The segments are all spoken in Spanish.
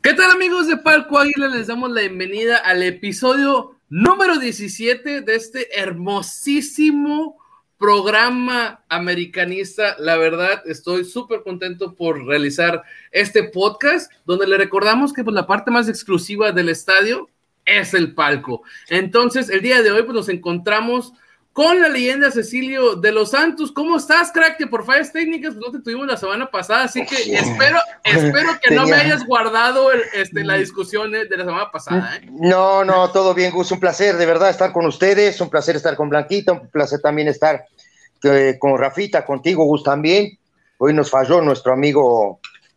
¿Qué tal, amigos de Palco Águila? Les damos la bienvenida al episodio número 17 de este hermosísimo programa americanista. La verdad, estoy súper contento por realizar este podcast, donde le recordamos que pues, la parte más exclusiva del estadio es el palco. Entonces, el día de hoy pues, nos encontramos con la leyenda Cecilio de los Santos. ¿Cómo estás, crack? Que por fallas técnicas pues, no te tuvimos la semana pasada, así que espero que no me hayas guardado la discusión de la semana pasada. No, todo bien, Gus. Un placer de verdad estar con ustedes, un placer estar con Blanquita, un placer también estar con Rafita, contigo, Gus, también. Hoy nos falló nuestro amigo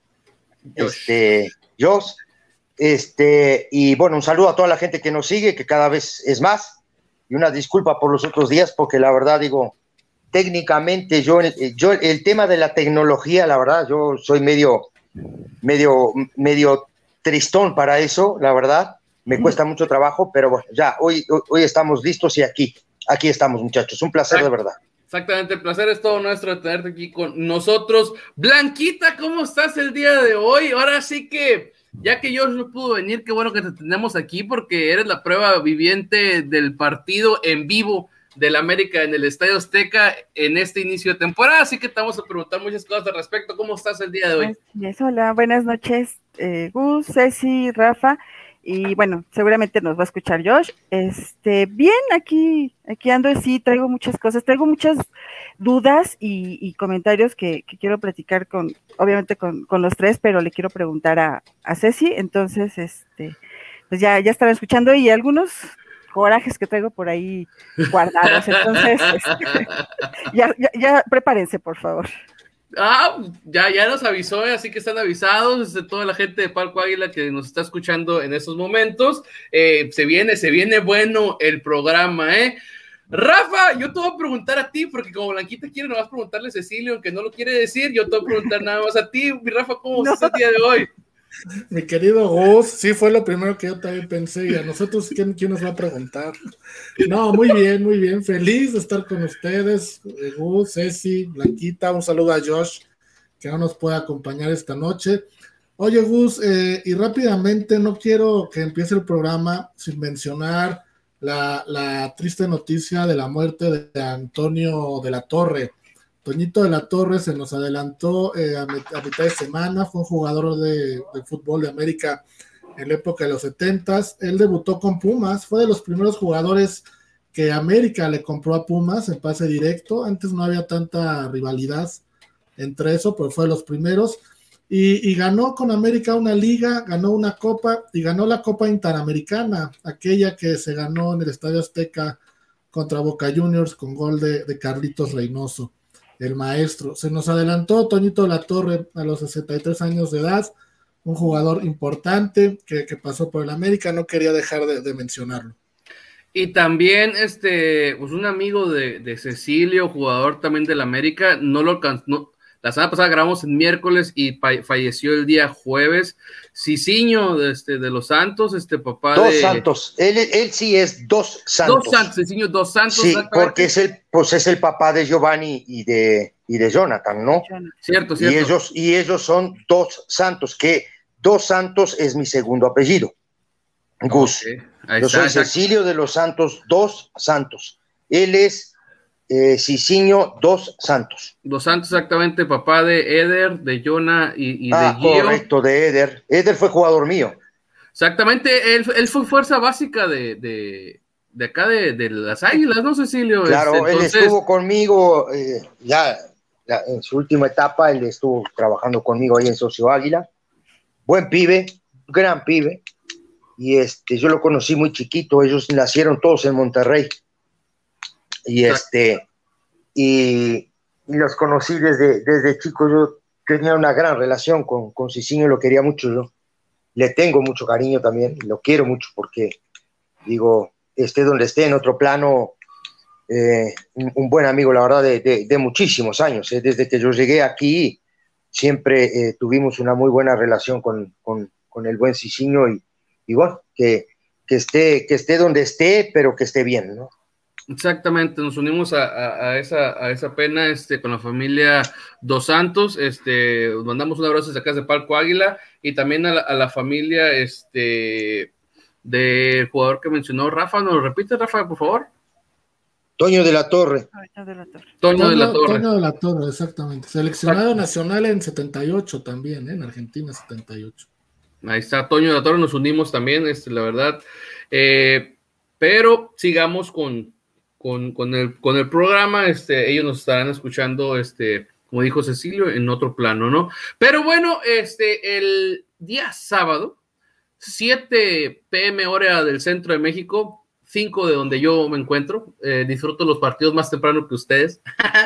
Josh. Y bueno, un saludo a toda la gente que nos sigue, que cada vez es más. Y una disculpa por los otros días, porque la verdad, digo, técnicamente yo el tema de la tecnología, la verdad, yo soy medio tristón para eso, la verdad, me cuesta mucho trabajo, pero bueno, ya, hoy estamos listos y aquí estamos, muchachos, un placer de verdad. Exactamente, el placer es todo nuestro de tenerte aquí con nosotros. Blanquita, ¿cómo estás el día de hoy? Ahora sí que, ya que yo no pudo venir, qué bueno que te tenemos aquí porque eres la prueba viviente del partido en vivo del América en el Estadio Azteca en este inicio de temporada, así que te vamos a preguntar muchas cosas al respecto. ¿Cómo estás el día de hoy? Hola, buenas noches, Gus, Ceci, Rafa, y bueno, seguramente nos va a escuchar Josh. Bien, aquí ando, sí, traigo muchas cosas, traigo muchas dudas y comentarios que quiero platicar obviamente con los tres, pero le quiero preguntar a Ceci, entonces, pues ya estarán escuchando y algunos corajes que traigo por ahí guardados, entonces, ya prepárense, por favor. Ya nos avisó, así que están avisados toda la gente de Palco Águila que nos está escuchando en estos momentos. Se viene bueno el programa, Rafa, yo te voy a preguntar a ti, porque como Blanquita quiere nomás preguntarle a Cecilio, aunque no lo quiere decir, yo te voy a preguntar nada más a ti. Mi Rafa, ¿cómo estás el día de hoy? Mi querido Gus, sí fue lo primero que yo también pensé, y a nosotros, ¿quién nos va a preguntar? No, muy bien, feliz de estar con ustedes, Gus, Ceci, Blanquita, un saludo a Josh, que no nos puede acompañar esta noche. Oye, Gus, y rápidamente, no quiero que empiece el programa sin mencionar la triste noticia de la muerte de Antonio de la Torre. Toñito de la Torre se nos adelantó a mitad de semana, fue un jugador de fútbol de América en la época de los 70s. Él debutó con Pumas, fue de los primeros jugadores que América le compró a Pumas en pase directo. Antes no había tanta rivalidad entre eso, pero fue de los primeros. Y ganó con América una liga, ganó una copa y ganó la Copa Interamericana, aquella que se ganó en el Estadio Azteca contra Boca Juniors con gol de Carlitos Reynoso, el maestro. Se nos adelantó Toñito de la Torre a los 63 años de edad, un jugador importante que pasó por el América, no quería dejar de mencionarlo. Y también pues un amigo de Cecilio, jugador también del América, no lo alcanzó. La semana pasada grabamos el miércoles y falleció el día jueves. Cicinho de los Santos, papá Dos de... Santos, él sí es Dos Santos. Dos Santos, Cicinho Dos Santos. Sí, porque es el papá de Giovanni y de Jonathan, ¿no? Cierto. Y ellos son Dos Santos, que Dos Santos es mi segundo apellido, Gus. Okay. Yo soy Cecilio de los Santos, Dos Santos. Él es Cicinho Dos Santos. Dos Santos, exactamente, papá de Eder, de Jonah y de Gio. Correcto, de Eder. Eder fue jugador mío. Exactamente, él fue fuerza básica de acá de las Águilas, ¿no, Cecilio? Claro, entonces... él estuvo conmigo ya en su última etapa, él estuvo trabajando conmigo ahí en Socio Águila. Buen pibe, gran pibe. Y yo lo conocí muy chiquito, ellos nacieron todos en Monterrey. Y los conocí desde chico. Yo tenía una gran relación con Cicinho, lo quería mucho yo. Le tengo mucho cariño también, lo quiero mucho porque, digo, esté donde esté, en otro plano, un buen amigo, la verdad, de muchísimos años. Desde que yo llegué aquí, siempre tuvimos una muy buena relación con el buen Cicinho y bueno, que esté donde esté, pero que esté bien, ¿no? Exactamente, nos unimos a esa pena con la familia Dos Santos. Mandamos un abrazo desde acá de Palco Águila y también a la familia del jugador que mencionó Rafa. ¿Nos lo repite, Rafa, por favor? Toño de la Torre. Toño de la Torre. Toño de la Torre, exactamente. Seleccionado nacional en 78 también, en Argentina 78. Ahí está, Toño de la Torre, nos unimos también, la verdad. Pero sigamos con el programa. Ellos nos estarán escuchando, como dijo Cecilio, en otro plano, ¿no? Pero bueno, el día sábado, 7 p.m. hora del centro de México, 5 de donde yo me encuentro, disfruto los partidos más temprano que ustedes.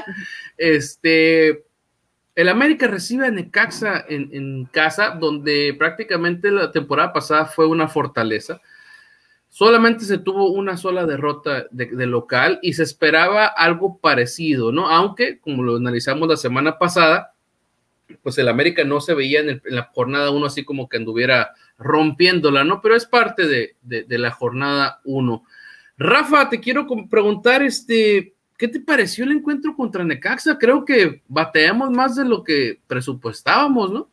El América recibe a Necaxa en casa, donde prácticamente la temporada pasada fue una fortaleza. Solamente se tuvo una sola derrota de local y se esperaba algo parecido, ¿no? Aunque, como lo analizamos la semana pasada, pues el América no se veía en la jornada 1 así como que anduviera rompiéndola, ¿no? Pero es parte de la jornada 1. Rafa, te quiero preguntar, ¿qué te pareció el encuentro contra Necaxa? Creo que bateamos más de lo que presupuestábamos, ¿no?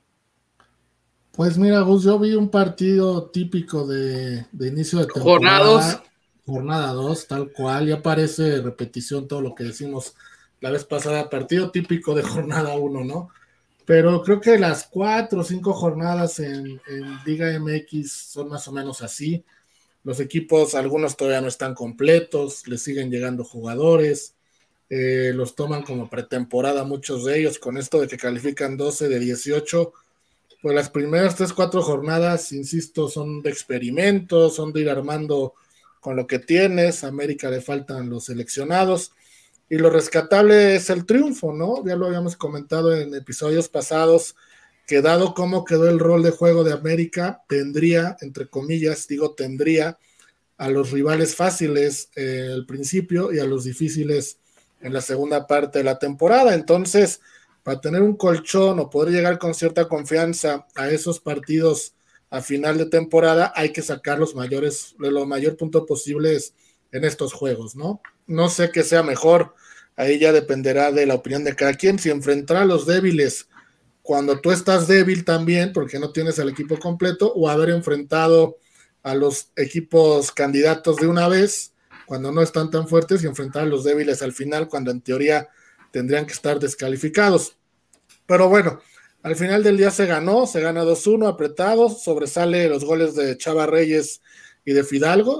Pues mira, Gus, yo vi un partido típico de inicio de temporada. Jornada 2, tal cual. Ya parece repetición todo lo que decimos la vez pasada. Partido típico de jornada 1, ¿no? Pero creo que las 4 o 5 jornadas en Liga MX son más o menos así. Los equipos, algunos todavía no están completos, les siguen llegando jugadores, los toman como pretemporada muchos de ellos, con esto de que califican 12 de 18. Pues las primeras 3-4 jornadas, insisto, son de experimento, son de ir armando con lo que tienes. A América le faltan los seleccionados y lo rescatable es el triunfo, ¿no? Ya lo habíamos comentado en episodios pasados, que dado cómo quedó el rol de juego de América, tendría, entre comillas, tendría a los rivales fáciles al principio y a los difíciles en la segunda parte de la temporada. Entonces, para tener un colchón o poder llegar con cierta confianza a esos partidos a final de temporada, hay que sacar lo mayor punto posibles en estos juegos, ¿no? No sé qué sea mejor, ahí ya dependerá de la opinión de cada quien, si enfrentar a los débiles cuando tú estás débil también, porque no tienes el equipo completo, o haber enfrentado a los equipos candidatos de una vez, cuando no están tan fuertes, y enfrentar a los débiles al final, cuando en teoría tendrían que estar descalificados. Pero bueno, al final del día se gana 2-1 apretado, sobresale los goles de Chava Reyes y de Fidalgo,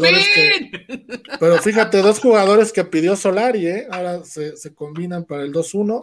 pero fíjate, 2 jugadores que pidió Solari, ahora se combinan para el 2-1,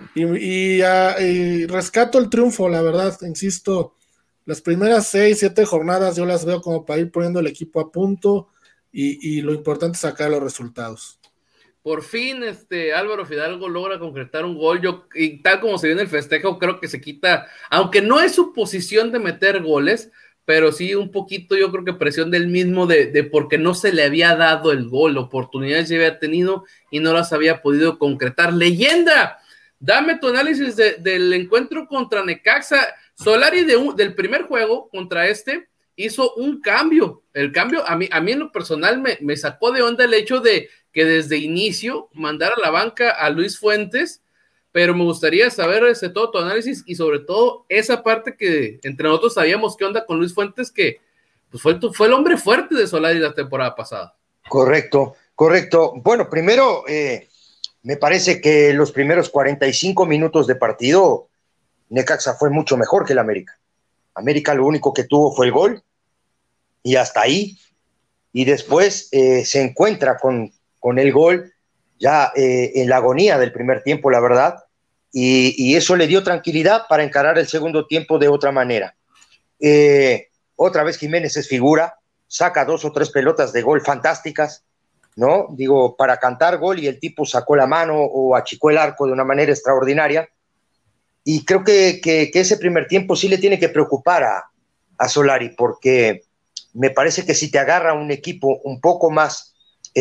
y rescato el triunfo, la verdad, insisto, las primeras 6-7 jornadas yo las veo como para ir poniendo el equipo a punto, y lo importante es sacar los resultados. Por fin, Álvaro Fidalgo logra concretar un gol. Y tal como se vio en el festejo, creo que se quita, aunque no es su posición de meter goles, pero sí un poquito, yo creo que presión del mismo de porque no se le había dado el gol, oportunidades ya había tenido y no las había podido concretar. ¡Leyenda! Dame tu análisis del encuentro contra Necaxa. Solari del primer juego contra hizo un cambio. El cambio, a mí en lo personal me sacó de onda el hecho de que desde inicio mandara a la banca a Luis Fuentes, pero me gustaría saber todo tu análisis y sobre todo esa parte que entre nosotros sabíamos qué onda con Luis Fuentes, que pues fue el hombre fuerte de Solari la temporada pasada. Correcto. Bueno, primero, me parece que los primeros 45 minutos de partido, Necaxa fue mucho mejor que el América. América lo único que tuvo fue el gol y hasta ahí. Y después se encuentra con el gol ya en la agonía del primer tiempo, la verdad, y eso le dio tranquilidad para encarar el segundo tiempo de otra manera. Otra vez Jiménez es figura, saca 2 o 3 pelotas de gol fantásticas, ¿no? Digo, para cantar gol, y el tipo sacó la mano o achicó el arco de una manera extraordinaria, y creo que ese primer tiempo sí le tiene que preocupar a Solari, porque me parece que si te agarra un equipo un poco más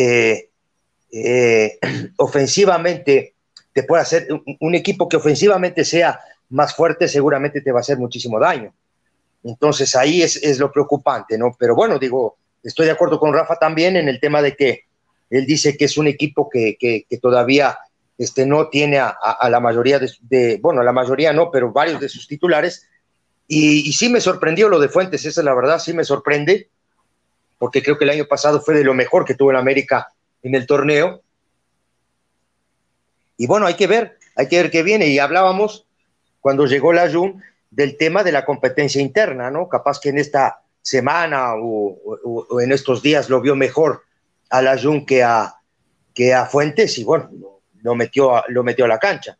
ofensivamente, te puede hacer un equipo que ofensivamente sea más fuerte, seguramente te va a hacer muchísimo daño. Entonces ahí es lo preocupante, ¿no? Pero bueno, digo, estoy de acuerdo con Rafa también en el tema de que Él dice que es un equipo que todavía no tiene a la mayoría bueno, a la mayoría no, pero varios de sus titulares. Y sí me sorprendió lo de Fuentes, esa es la verdad, sí me sorprende, porque creo que el año pasado fue de lo mejor que tuvo en América en el torneo. Y bueno, hay que ver qué viene. Y hablábamos, cuando llegó la Jun, del tema de la competencia interna, ¿no? Capaz que en esta semana o en estos días lo vio mejor a la Jun que a Fuentes, y bueno, lo metió a la cancha.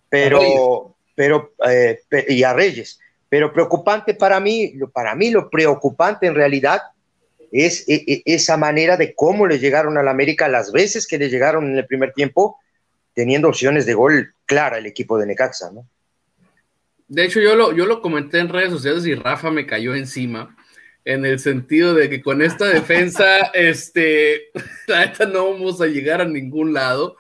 Y a Reyes. Pero preocupante para mí lo preocupante en realidad es esa manera de cómo le llegaron al América, las veces que le llegaron en el primer tiempo, teniendo opciones de gol clara el equipo de Necaxa, ¿no? De hecho, yo lo comenté en redes sociales y Rafa me cayó encima, en el sentido de que con esta defensa, la neta no vamos a llegar a ningún lado.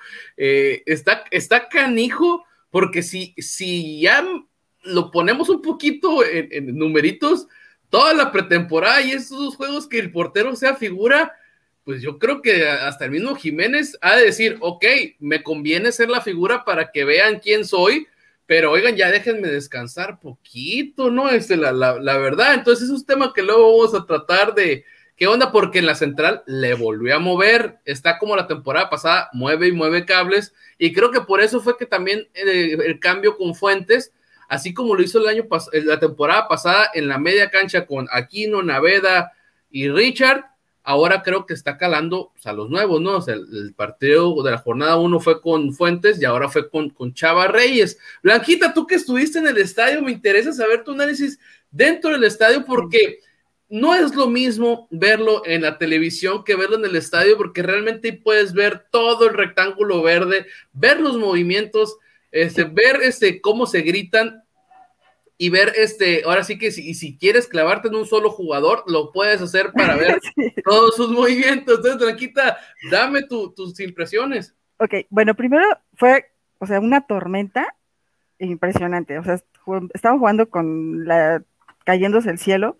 Está canijo, porque si ya lo ponemos un poquito en numeritos, toda la pretemporada y esos dos juegos que el portero sea figura, pues yo creo que hasta el mismo Jiménez ha de decir, ok, me conviene ser la figura para que vean quién soy, pero oigan, ya déjenme descansar poquito, ¿no? La verdad. Entonces es un tema que luego vamos a tratar de qué onda, porque en la central le volvió a mover, está como la temporada pasada, mueve y mueve cables, y creo que por eso fue que también el cambio con Fuentes, así como lo hizo la temporada pasada en la media cancha con Aquino, Naveda y Richard, ahora creo que está calando, o sea, los nuevos, ¿no? O sea, el partido de la jornada 1 fue con Fuentes y ahora fue con Chava Reyes. Blanquita, tú que estuviste en el estadio, me interesa saber tu análisis dentro del estadio, porque no es lo mismo verlo en la televisión que verlo en el estadio, porque realmente puedes ver todo el rectángulo verde, ver los movimientos, ver cómo se gritan, y ver ahora sí que si quieres clavarte en un solo jugador, lo puedes hacer para ver todos sus movimientos. Entonces, Blanquita, dame tus impresiones. Ok, bueno, primero fue, o sea, una tormenta impresionante. O sea, estaba jugando cayéndose el cielo,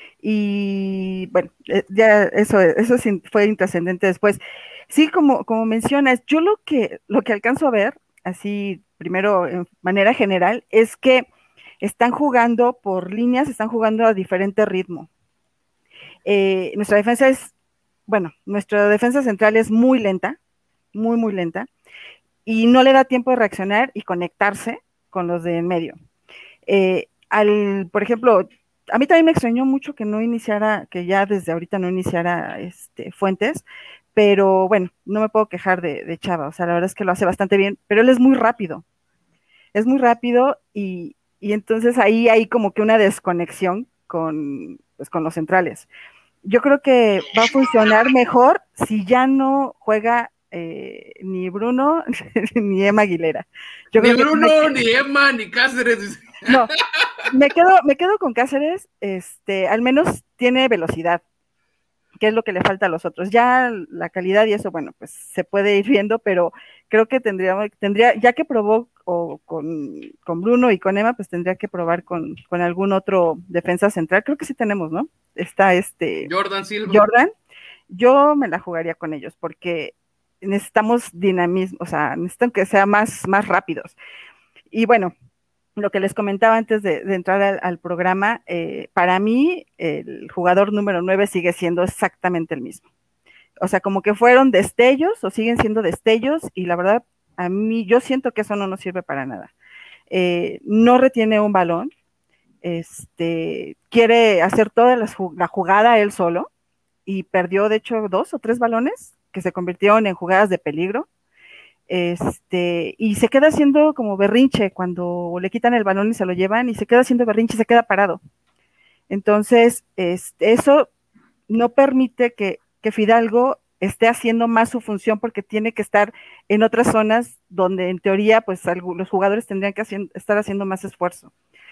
y bueno, ya eso fue intrascendente después. Sí, como mencionas, yo lo que alcanzo a ver, así primero en manera general, es que están jugando por líneas, están jugando a diferente ritmo. Nuestra defensa central es muy lenta, muy, muy lenta, y no le da tiempo de reaccionar y conectarse con los de en medio. Por ejemplo, a mí también me extrañó mucho que ya desde ahorita no iniciara Fuentes, pero bueno, no me puedo quejar de Chava, o sea, la verdad es que lo hace bastante bien, pero él es muy rápido y entonces ahí hay como que una desconexión con los centrales. Yo creo que va a funcionar mejor si ya no juega ni Bruno ni Emma Aguilera. Ni Bruno, ni Emma, ni Cáceres. No, me quedo con Cáceres, al menos tiene velocidad, que es lo que le falta a los otros. Ya la calidad y eso, bueno, pues se puede ir viendo, pero creo que tendría, ya que probó con Bruno y con Emma, pues tendría que probar con algún otro defensa central. Creo que sí tenemos, ¿no? Está Jordan Silva. Yo me la jugaría con ellos, porque necesitamos dinamismo, o sea, necesitan que sean más rápidos. Y bueno, lo que les comentaba antes de entrar al programa, para mí el jugador número 9 sigue siendo exactamente el mismo. O sea, como que fueron destellos o siguen siendo destellos, y la verdad, a mí yo siento que eso no nos sirve para nada. No retiene un balón, quiere hacer toda la jugada él solo, y perdió de hecho 2 o 3 balones que se convirtieron en jugadas de peligro. Y se queda haciendo como berrinche cuando le quitan el balón y se lo llevan, y se queda haciendo berrinche, se queda parado. Entonces, eso no permite que Fidalgo esté haciendo más su función, porque tiene que estar en otras zonas donde en teoría pues los jugadores tendrían que estar haciendo más esfuerzo.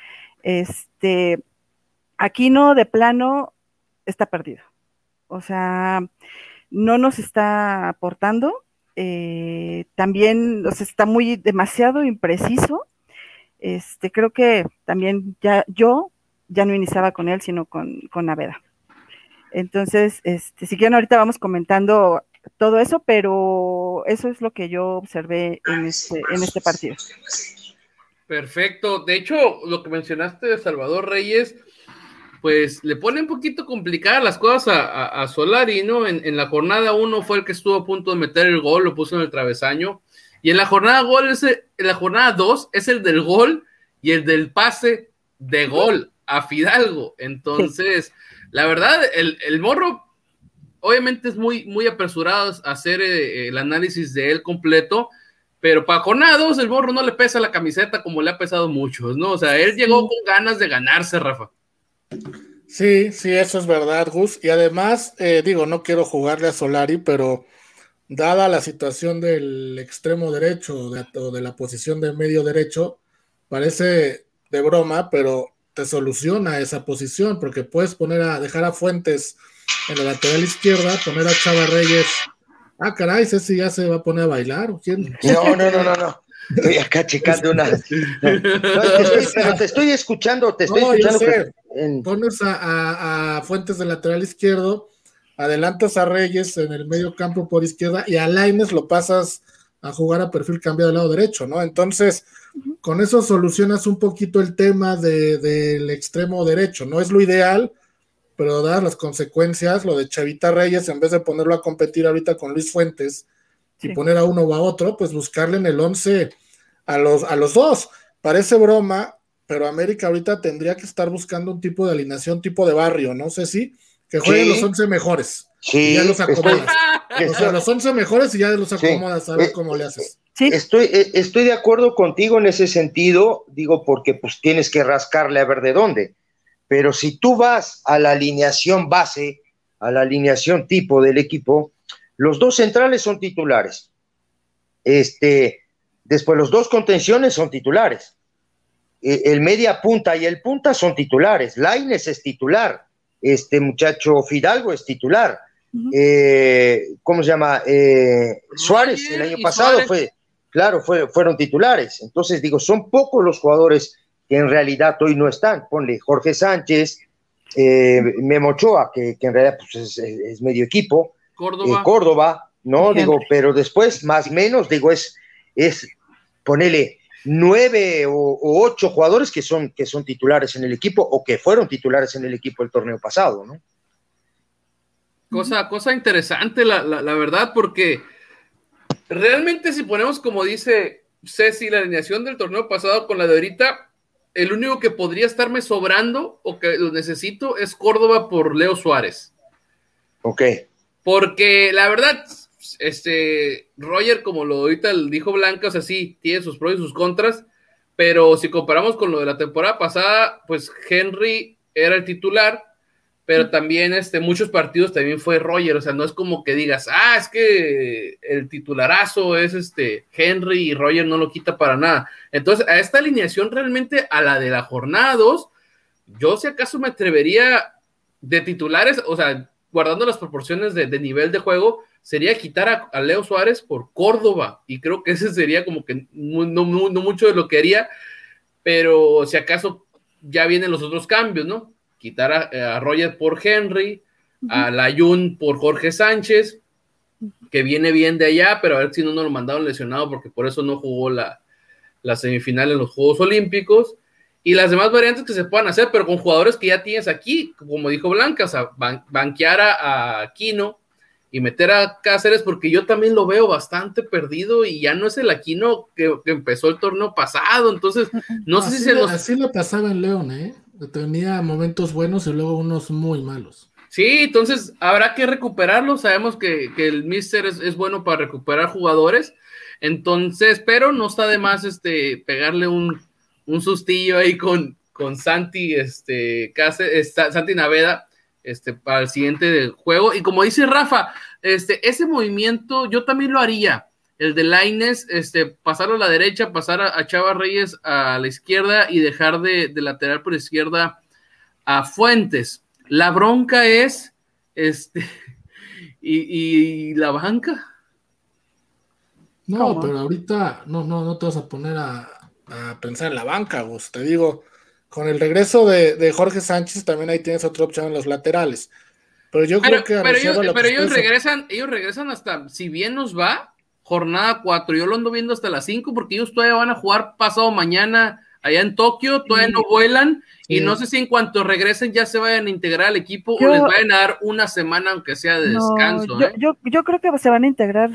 Aquino de plano está perdido. O sea, no nos está aportando. También está demasiado impreciso. Creo que también yo ya no iniciaba con él, sino con Naveda. Entonces, si quieren ahorita vamos comentando todo eso, pero eso es lo que yo observé en este partido. Perfecto. De hecho, lo que mencionaste de Salvador Reyes, pues le pone un poquito complicadas las cosas a Solari, ¿no? En la jornada 1 fue el que estuvo a punto de meter el gol, lo puso en el travesaño, y en la jornada 2 es el del gol y el del pase de gol a Fidalgo. Entonces, la verdad, el morro obviamente es muy, muy apresurado a hacer el análisis de él completo, pero para jornada 2 el morro no le pesa la camiseta como le ha pesado muchos, ¿no? O sea, él llegó con ganas de ganarse, Rafa. Sí, eso es verdad, Gus. Y además, no quiero jugarle a Solari, pero dada la situación del extremo derecho o de la posición de medio derecho, parece de broma, pero te soluciona esa posición, porque puedes dejar a Fuentes en la lateral izquierda, poner a Chava Reyes. Ah, caray, Ceci ya se va a poner a bailar, ¿o quién? No. Estoy acá checando pero te estoy escuchando, Pones a Fuentes de lateral izquierdo, adelantas a Reyes en el medio campo por izquierda y a Lainez lo pasas a jugar a perfil cambiado del lado derecho, ¿no? Entonces, con eso solucionas un poquito el tema del extremo derecho. No es lo ideal, pero dadas las consecuencias, lo de Chavita Reyes, en vez de ponerlo a competir ahorita con Luis Fuentes y poner a uno o a otro, pues buscarle en el 11 a los dos. Parece broma, pero América ahorita tendría que estar buscando un tipo de alineación, tipo de barrio, no sé si, que jueguen los 11 mejores. Sí, y ya los acomodas. Los 11 mejores y ya los acomodas, a ver cómo le haces. Sí. Estoy de acuerdo contigo en ese sentido, digo, porque pues tienes que rascarle a ver de dónde. Pero si tú vas a la alineación base, a la alineación tipo del equipo, los dos centrales son titulares. Después los dos contenciones son titulares. El media punta y el punta son titulares. Lainez es titular. Muchacho Fidalgo es titular. ¿Cómo se llama? Suárez el año pasado fueron titulares. Entonces digo, son pocos los jugadores que en realidad hoy no están. Ponle Jorge Sánchez, Memo Ochoa, que en realidad pues, es medio equipo. Córdoba, ¿no? Digo, pero después, más o menos, digo, es ponele 9 o 8 jugadores que son titulares en el equipo o que fueron titulares en el equipo el torneo pasado, ¿no? Cosa interesante, la verdad, porque realmente si ponemos, como dice Ceci, la alineación del torneo pasado con la de ahorita, el único que podría estarme sobrando o que lo necesito es Córdoba por Leo Suárez. Ok. Porque la verdad, Roger, como lo ahorita dijo Blanca, o sea, sí, tiene sus pros y sus contras, pero si comparamos con lo de la temporada pasada, pues Henry era el titular, pero también muchos partidos también fue Roger, o sea, no es como que digas, es que el titularazo es Henry y Roger no lo quita para nada. Entonces, a esta alineación realmente, a la de la jornada 2, yo si acaso me atrevería de titulares, o sea, guardando las proporciones de nivel de juego, sería quitar a Leo Suárez por Córdoba, y creo que ese sería como que no mucho de lo que haría, pero si acaso ya vienen los otros cambios, ¿no? Quitar a Roger por Henry, a Layún por Jorge Sánchez, que viene bien de allá, pero a ver si no nos lo mandaron lesionado, porque por eso no jugó la semifinal en los Juegos Olímpicos, y las demás variantes que se puedan hacer, pero con jugadores que ya tienes aquí, como dijo Blanca, o sea, banquear a Aquino y meter a Cáceres, porque yo también lo veo bastante perdido y ya no es el Aquino que empezó el torneo pasado, entonces no sé si así le pasaba en León, tenía momentos buenos y luego unos muy malos. Sí, entonces habrá que recuperarlo, sabemos que el Mister es bueno para recuperar jugadores, entonces, pero no está de más pegarle un sustillo ahí con Santi, Santi Naveda, para el siguiente juego, y como dice Rafa, ese movimiento yo también lo haría, el de Lainez, pasarlo a la derecha, pasar a Chava Reyes a la izquierda y dejar de lateral por izquierda a Fuentes. La bronca es, y la banca. No, ¿cómo? Pero ahorita no te vas a poner a pensar en la banca, Gus. Te digo, con el regreso de Jorge Sánchez también ahí tienes otra opción en los laterales. Pero yo creo que pero ellos regresan hasta, si bien nos va, jornada 4. Yo lo ando viendo hasta las 5 porque ellos todavía van a jugar pasado mañana allá en Tokio, todavía no vuelan, y no sé si en cuanto regresen ya se vayan a integrar al equipo o les vayan a dar una semana aunque sea de descanso. Yo creo que se van a integrar,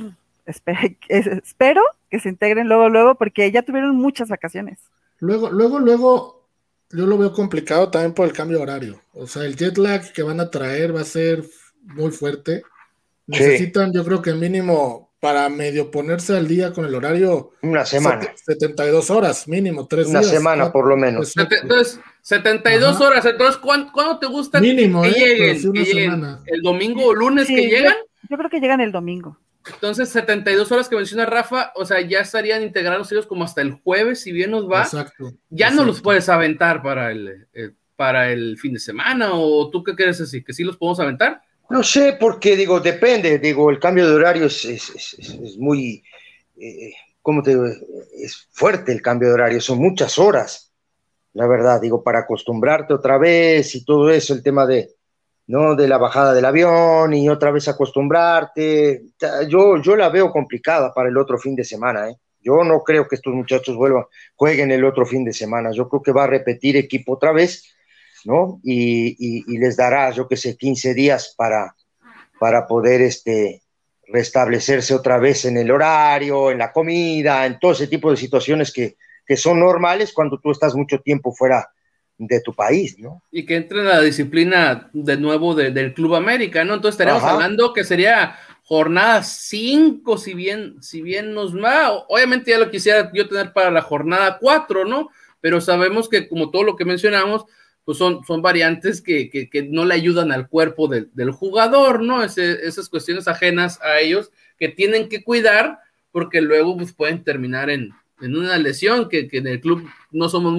espero que se integren luego, porque ya tuvieron muchas vacaciones. Luego, yo lo veo complicado también por el cambio de horario. O sea, el jet lag que van a traer va a ser muy fuerte. Necesitan, yo creo que mínimo, para medio ponerse al día con el horario, una semana. 72 horas, mínimo, 3 días. Una semana, por lo menos. Entonces, 72 horas. Entonces, ¿cuándo te gusta mínimo, que lleguen? Sí, una semana. ¿El domingo o lunes que llegan? Yo creo que llegan el domingo. Entonces, 72 horas que menciona Rafa, o sea, ya estarían integrados ellos como hasta el jueves, si bien nos va. Exacto. No los puedes aventar para el fin de semana, ¿o tú qué quieres decir? ¿Que sí los podemos aventar? No sé, porque depende, el cambio de horario es muy, ¿cómo te digo? Es fuerte el cambio de horario, son muchas horas, la verdad, para acostumbrarte otra vez y todo eso, el tema de la bajada del avión y otra vez acostumbrarte, yo la veo complicada para el otro fin de semana, Yo no creo que estos muchachos jueguen el otro fin de semana, yo creo que va a repetir equipo otra vez, ¿no? Y les dará, yo qué sé, 15 días para poder restablecerse otra vez en el horario, en la comida, en todo ese tipo de situaciones que son normales cuando tú estás mucho tiempo fuera de tu país, ¿no? Y que entre en la disciplina de nuevo del Club América, ¿no? Entonces estaríamos hablando que sería jornada 5, si bien nos va. Obviamente ya lo quisiera yo tener para la jornada 4, ¿no? Pero sabemos que, como todo lo que mencionamos, pues son variantes que no le ayudan al cuerpo del jugador, ¿no? Esas cuestiones ajenas a ellos que tienen que cuidar, porque luego pues, pueden terminar en una lesión, que en el club no somos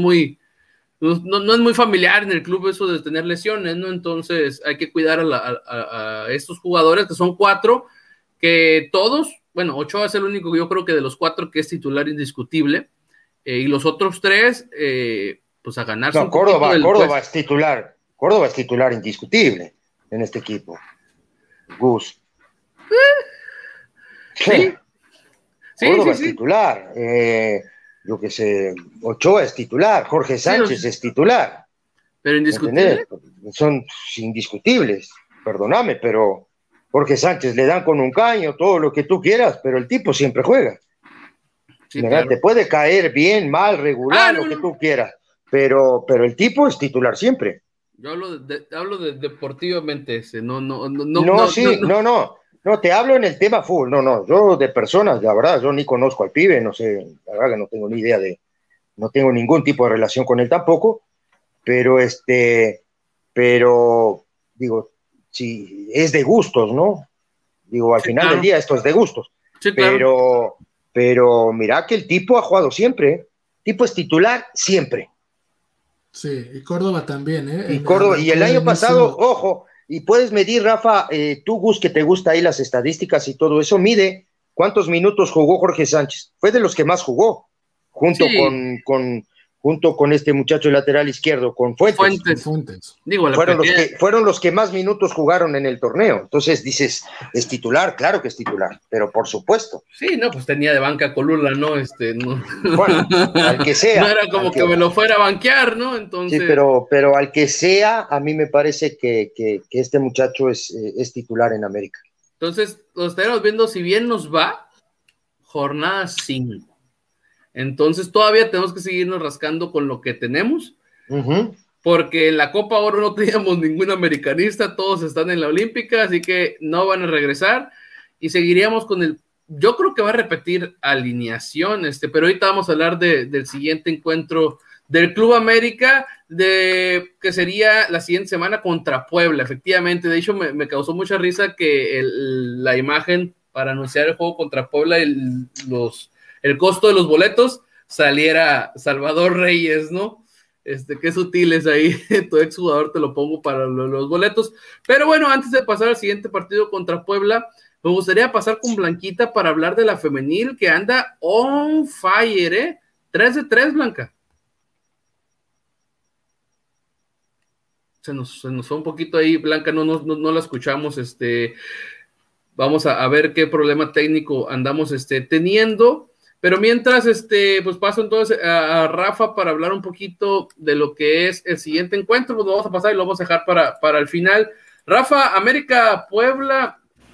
no es muy familiar en el club eso de tener lesiones, ¿no? Entonces hay que cuidar a estos jugadores, que son 4, que todos, bueno, Ochoa es el único, yo creo que de los 4 que es titular indiscutible, y los otros 3, pues a ganarse. No, Córdoba es titular. Córdoba es titular indiscutible en este equipo. Gus. Sí. Córdoba es titular. Yo qué sé, Ochoa es titular. Jorge Sánchez es titular. Pero indiscutible. Son indiscutibles. Perdóname, pero Jorge Sánchez le dan con un caño, todo lo que tú quieras, pero el tipo siempre juega. Sí, claro. Te puede caer bien, mal, regular, lo que tú quieras, pero el tipo es titular siempre. Yo hablo deportivamente ese, no, te hablo en el tema fútbol, yo de personas, la verdad, yo ni conozco al pibe, no sé, la verdad que no tengo ni idea no tengo ningún tipo de relación con él tampoco, pero digo, si es de gustos, ¿no? Digo, al final del día esto es de gustos, sí, claro. Pero mira que el tipo ha jugado siempre, el tipo es titular siempre. Sí, y Córdoba también, Y el año pasado, ojo, y puedes medir, Rafa, tú, Gus, que te gusta ahí las estadísticas y todo eso, mide cuántos minutos jugó Jorge Sánchez. Fue de los que más jugó, junto con este muchacho lateral izquierdo, con Fuentes. Digo, fueron los que más minutos jugaron en el torneo. Entonces dices, ¿es titular? Claro que es titular, pero por supuesto. Sí, no, pues tenía de banca Colula, ¿no? Bueno, al que sea. No era como que me lo fuera a banquear, ¿no? Entonces. Sí, pero al que sea, a mí me parece que este muchacho es titular en América. Entonces, lo estaremos viendo, si bien nos va, jornada 5. Entonces todavía tenemos que seguirnos rascando con lo que tenemos, porque en la Copa Oro no teníamos ningún americanista, todos están en la Olímpica, así que no van a regresar, y seguiríamos con yo creo que va a repetir alineación, pero ahorita vamos a hablar del siguiente encuentro del Club América, que sería la siguiente semana contra Puebla, efectivamente. De hecho me causó mucha risa que la imagen para anunciar el juego contra Puebla, el costo de los boletos saliera Salvador Reyes, ¿no? Qué sutiles ahí, tu exjugador te lo pongo para los boletos. Pero bueno, antes de pasar al siguiente partido contra Puebla, me gustaría pasar con Blanquita para hablar de la femenil que anda on fire, 3 de 3, Blanca. se nos fue un poquito ahí, Blanca, no la escuchamos, vamos a ver qué problema técnico andamos teniendo, pero mientras, pues paso entonces a Rafa para hablar un poquito de lo que es el siguiente encuentro, pues lo vamos a pasar y lo vamos a dejar para el final. Rafa, América, Puebla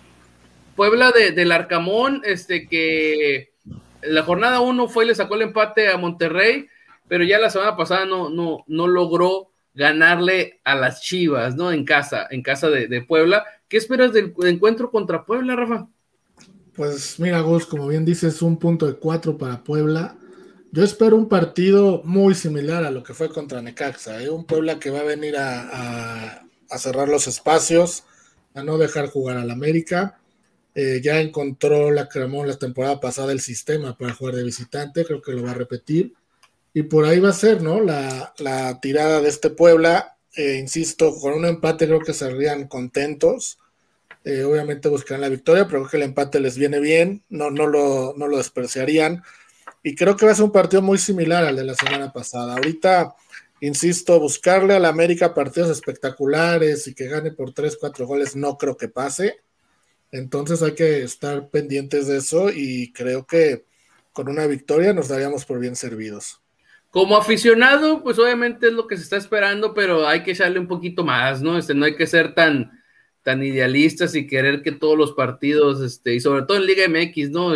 del Arcamón, que la jornada 1 fue y le sacó el empate a Monterrey, pero ya la semana pasada no logró ganarle a las Chivas, ¿no? En casa de Puebla. ¿Qué esperas del encuentro contra Puebla, Rafa? Pues mira, Gus, como bien dices, 1.4 para Puebla. Yo espero un partido muy similar a lo que fue contra Necaxa, un Puebla que va a venir a cerrar los espacios, a no dejar jugar al América. Ya encontró la Cramón la temporada pasada el sistema para jugar de visitante, creo que lo va a repetir. Y por ahí va a ser, ¿no? La tirada de este Puebla. Insisto, con un empate creo que saldrían contentos. Obviamente buscarán la victoria, pero creo que el empate les viene bien, no lo despreciarían. Y creo que va a ser un partido muy similar al de la semana pasada. Ahorita, insisto, buscarle a la América partidos espectaculares y que gane por 3-4 goles, no creo que pase. Entonces hay que estar pendientes de eso y creo que con una victoria nos daríamos por bien servidos. Como aficionado, pues obviamente es lo que se está esperando, pero hay que echarle un poquito más, ¿no? No hay que ser tan idealistas y querer que todos los partidos, y sobre todo en Liga MX, ¿no?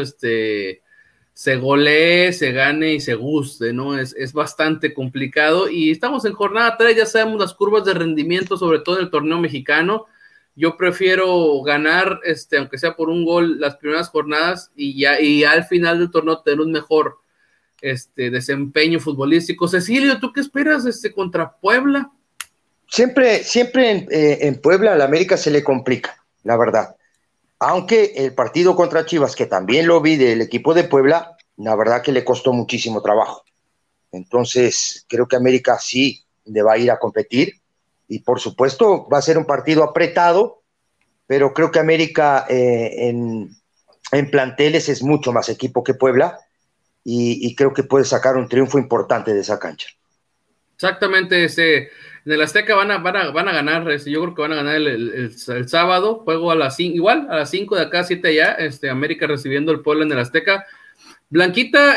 Se golee, se gane y se guste, ¿no? Es bastante complicado y estamos en jornada 3, ya sabemos las curvas de rendimiento, sobre todo en el torneo mexicano. Yo prefiero ganar, aunque sea por un gol, las primeras jornadas y al final del torneo tener un mejor desempeño futbolístico. Cecilio, ¿tú qué esperas contra Puebla? Siempre en Puebla al América se le complica, la verdad. Aunque el partido contra Chivas, que también lo vi del equipo de Puebla, la verdad que le costó muchísimo trabajo. Entonces, creo que América sí le va a ir a competir y por supuesto va a ser un partido apretado, pero creo que América en planteles es mucho más equipo que Puebla y creo que puede sacar un triunfo importante de esa cancha. Exactamente, en el Azteca van a ganar, yo creo que van a ganar el sábado, juego a las 5, igual, a las 5 de acá, 7 allá, América recibiendo el Puebla en el Azteca. Blanquita,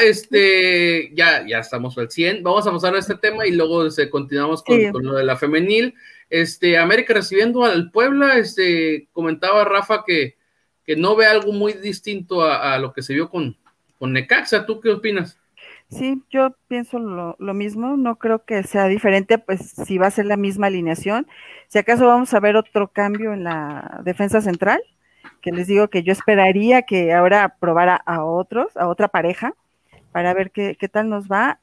ya estamos al 100, vamos a pasar a este tema y luego continuamos con lo de la femenil. América recibiendo al Puebla, comentaba Rafa que no ve algo muy distinto a lo que se vio con Necaxa. ¿Tú qué opinas? Sí, yo pienso lo mismo, no creo que sea diferente, pues si va a ser la misma alineación. Si acaso vamos a ver otro cambio en la defensa central, que les digo que yo esperaría que ahora probara a otra pareja, para ver qué tal nos va.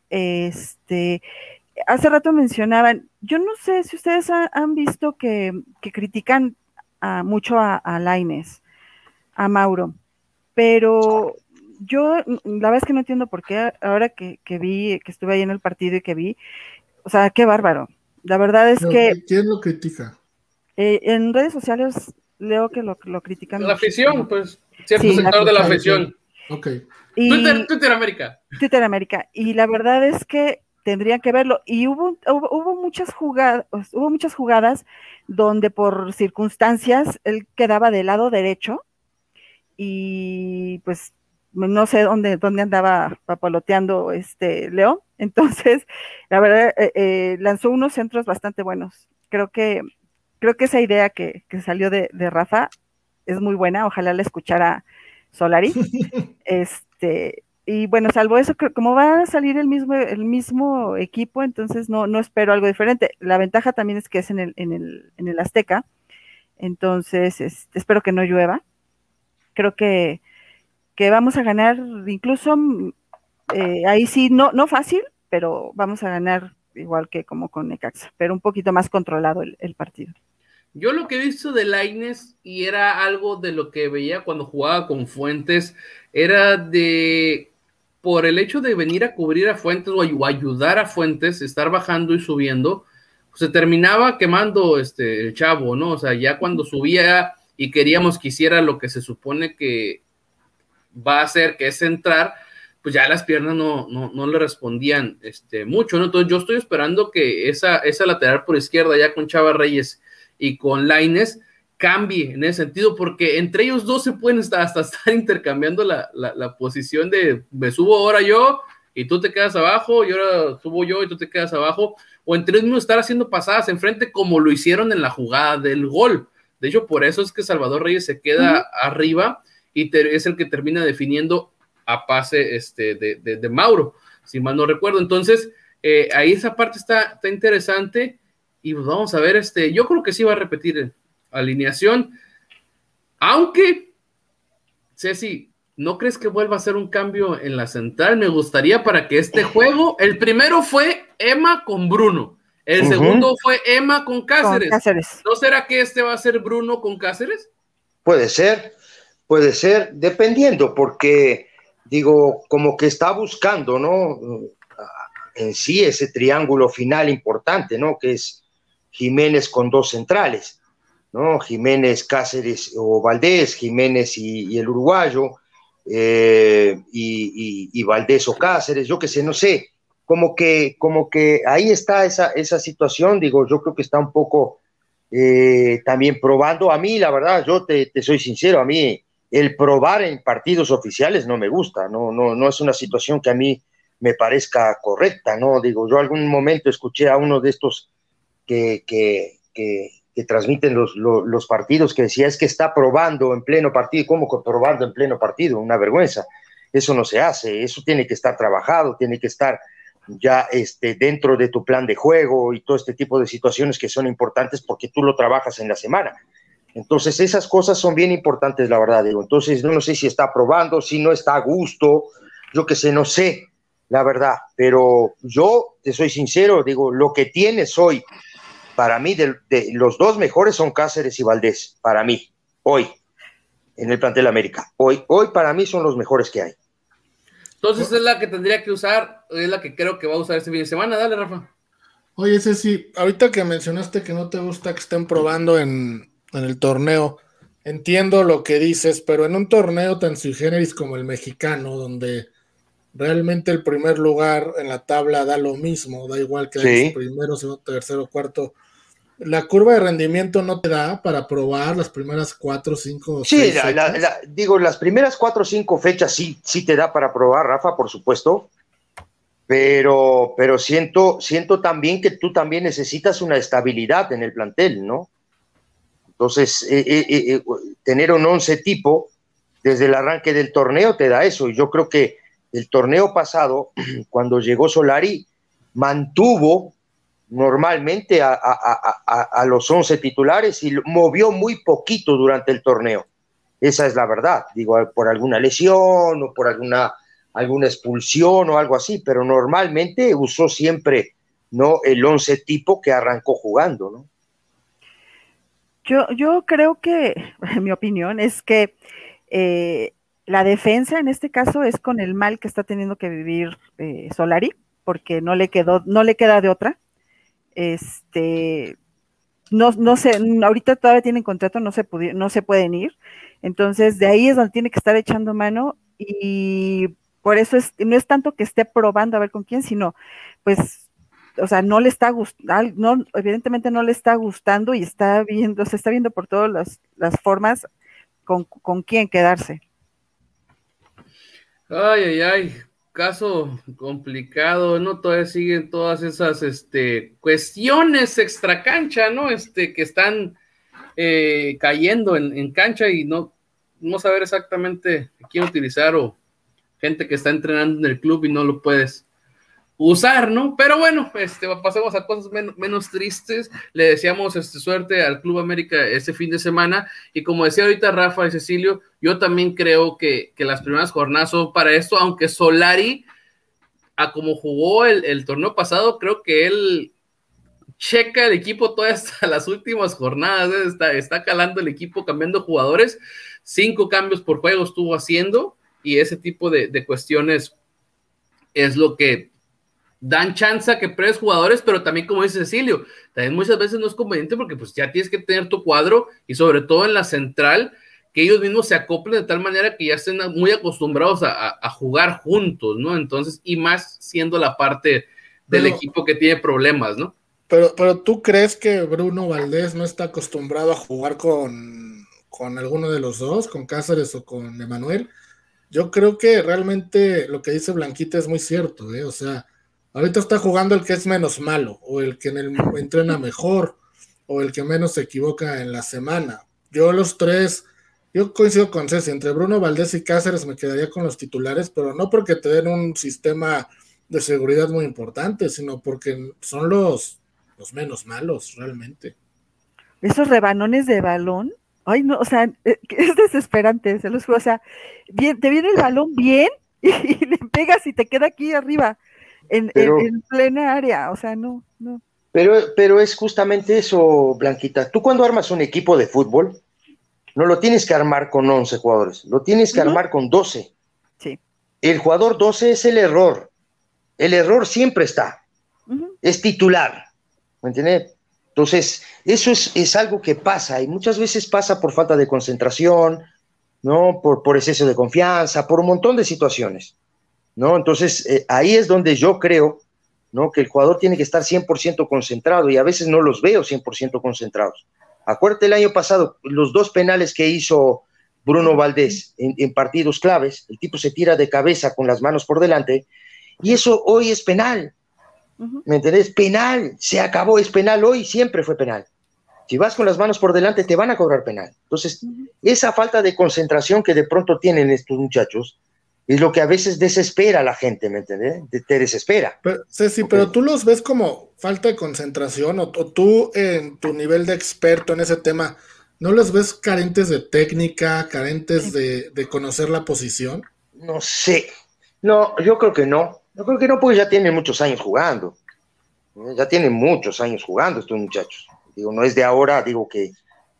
Hace rato mencionaban, yo no sé si ustedes han visto que critican mucho a Lainez, a Mauro, pero yo la verdad es que no entiendo por qué, ahora que vi, que estuve ahí en el partido y que vi, o sea, qué bárbaro. La verdad es que... ¿Quién lo critica? En redes sociales leo que lo critican. La afición, pues, cierto sector de la afición. Ok. Twitter América. Twitter América. Y la verdad es que tendrían que verlo. Y hubo muchas jugadas donde por circunstancias él quedaba del lado derecho y pues no sé dónde andaba papaloteando Leo. Entonces, la verdad, lanzó unos centros bastante buenos. Creo que esa idea que salió de Rafa es muy buena. Ojalá la escuchara Solari. Y bueno, salvo eso, como va a salir el mismo equipo, entonces no espero algo diferente. La ventaja también es que es en el Azteca, entonces espero que no llueva. Creo que vamos a ganar, incluso ahí sí, no fácil, pero vamos a ganar igual que como con Necaxa, pero un poquito más controlado el partido. Yo lo que he visto de Lainez, y era algo de lo que veía cuando jugaba con Fuentes, era por el hecho de venir a cubrir a Fuentes o ayudar a Fuentes, estar bajando y subiendo, pues se terminaba quemando el chavo, ¿no? O sea, ya cuando subía y queríamos que hiciera lo que se supone que va a hacer, que es entrar, pues ya las piernas no le respondían mucho, ¿no? Entonces yo estoy esperando que esa lateral por izquierda ya con Chava Reyes y con Lainez cambie en ese sentido, porque entre ellos dos se pueden hasta estar intercambiando la posición de me subo ahora yo y tú te quedas abajo, y ahora subo yo y tú te quedas abajo, o entre ellos mismos estar haciendo pasadas enfrente como lo hicieron en la jugada del gol. De hecho, por eso es que Salvador Reyes se queda arriba y es el que termina definiendo a pase de Mauro, si mal no recuerdo. Entonces, ahí esa parte está interesante, y pues vamos a ver, yo creo que sí va a repetir alineación, aunque, Ceci, ¿no crees que vuelva a hacer un cambio en la central? Me gustaría para que este juego, el primero fue Emma con Bruno, el segundo fue Emma con Cáceres. ¿No será que va a ser Bruno con Cáceres? Puede ser, dependiendo, porque digo, como que está buscando, ¿no? En sí ese triángulo final importante, ¿no? Que es Jiménez con dos centrales, ¿no? Jiménez, Cáceres o Valdés, Jiménez y el uruguayo, y Valdés o Cáceres, yo qué sé, no sé, como que ahí está esa situación. Digo, yo creo que está un poco también probando. A mí, la verdad, yo te soy sincero, a mí el probar en partidos oficiales no me gusta, no es una situación que a mí me parezca correcta, ¿no? Digo, yo algún momento escuché a uno de estos que transmiten los partidos, que decía, es que está probando en pleno partido. ¿Cómo que probando en pleno partido? Una vergüenza. Eso no se hace, eso tiene que estar trabajado, tiene que estar ya dentro de tu plan de juego y todo este tipo de situaciones que son importantes porque tú lo trabajas en la semana. Entonces esas cosas son bien importantes, la verdad, digo. Entonces no sé si está probando, si no está a gusto, yo qué sé, no sé, la verdad, pero yo te soy sincero, digo, lo que tienes hoy, para mí, de los dos mejores son Cáceres y Valdés, para mí, hoy, en el plantel América. Hoy para mí son los mejores que hay. Entonces es la que tendría que usar, es la que creo que va a usar este fin de semana. Dale, Rafa. Oye, Ceci, ahorita que mencionaste que no te gusta que estén probando en el torneo, entiendo lo que dices, pero en un torneo tan sui generis como el mexicano, donde realmente el primer lugar en la tabla da lo mismo, da igual que el primero, segundo, tercero, cuarto, la curva de rendimiento no te da para probar las primeras 4, 5, 6 fechas. Digo, las primeras 4 o 5 fechas sí te da para probar, Rafa, por supuesto, pero siento también que tú también necesitas una estabilidad en el plantel, ¿no? Entonces, tener un 11 tipo desde el arranque del torneo te da eso, y yo creo que el torneo pasado, cuando llegó Solari, mantuvo normalmente a los 11 titulares y movió muy poquito durante el torneo. Esa es la verdad, digo, por alguna lesión o por alguna expulsión o algo así, pero normalmente usó siempre, ¿no?, el 11 tipo que arrancó jugando, ¿no? Yo creo que, en mi opinión, es que la defensa en este caso es con el mal que está teniendo que vivir Solari, porque no le queda de otra. No sé, ahorita todavía tienen contrato, no se pueden ir, entonces de ahí es donde tiene que estar echando mano, y por eso no es tanto que esté probando a ver con quién, sino pues, o sea, no le está gustando, evidentemente no le está gustando, y se está viendo por todas las formas con quién quedarse. Ay, caso complicado, ¿no? Todavía siguen todas esas cuestiones extracancha, ¿no? Que están cayendo en cancha, y no saber exactamente quién utilizar, o gente que está entrenando en el club y no lo puedes usar, ¿no? Pero bueno, pasemos a cosas menos tristes. Le deseamos suerte al Club América este fin de semana, y como decía ahorita Rafa y Cecilio, yo también creo que las primeras jornadas son para esto, aunque Solari, a como jugó el torneo pasado, creo que él checa el equipo todavía hasta las últimas jornadas, está calando el equipo, cambiando jugadores, 5 cambios por juego estuvo haciendo, y ese tipo de cuestiones es lo que dan chance a que pruebes jugadores, pero también, como dice Cecilio, también muchas veces no es conveniente, porque pues ya tienes que tener tu cuadro, y sobre todo en la central, que ellos mismos se acoplen de tal manera que ya estén muy acostumbrados a jugar juntos, ¿no? Entonces, y más siendo la parte del equipo que tiene problemas, ¿no? Pero ¿tú crees que Bruno Valdés no está acostumbrado a jugar con alguno de los dos, con Cáceres o con Emanuel? Yo creo que realmente lo que dice Blanquita es muy cierto, ¿eh? O sea, ahorita está jugando el que es menos malo, o el que entrena mejor, o el que menos se equivoca en la semana. Yo coincido con Ceci, entre Bruno Valdés y Cáceres me quedaría con los titulares, pero no porque te den un sistema de seguridad muy importante, sino porque son los menos malos, realmente. Esos rebanones de balón, ay no, o sea, es desesperante, se los juro, o sea, te viene el balón bien y le pegas y te queda aquí arriba, en plena área, o sea, no. Pero es justamente eso, Blanquita. Tú cuando armas un equipo de fútbol, no lo tienes que armar con 11 jugadores, lo tienes que armar con 12. Sí. El jugador 12 es el error siempre está, es titular, ¿me entiendes? Entonces, eso es algo que pasa, y muchas veces pasa por falta de concentración, ¿no? Por exceso de confianza, por un montón de situaciones, ¿no? Entonces, ahí es donde yo creo, ¿no? Que el jugador tiene que estar 100% concentrado, y a veces no los veo 100% concentrados. Acuérdate el año pasado, los 2 penales que hizo Bruno Valdés en partidos claves, el tipo se tira de cabeza con las manos por delante, y eso hoy es penal. ¿Me entendés? Penal, se acabó, es penal hoy, siempre fue penal. Si vas con las manos por delante, te van a cobrar penal. Entonces, esa falta de concentración que de pronto tienen estos muchachos es lo que a veces desespera a la gente, ¿me entendés? Te desespera. Pero, Ceci, okay. Pero tú los ves como falta de concentración, o tú en tu nivel de experto en ese tema, ¿no los ves carentes de técnica, carentes de conocer la posición? No sé. No, yo creo que no. Yo creo que no, porque ya tienen muchos años jugando. Ya tienen muchos años jugando estos muchachos. Digo, no es de ahora, digo, que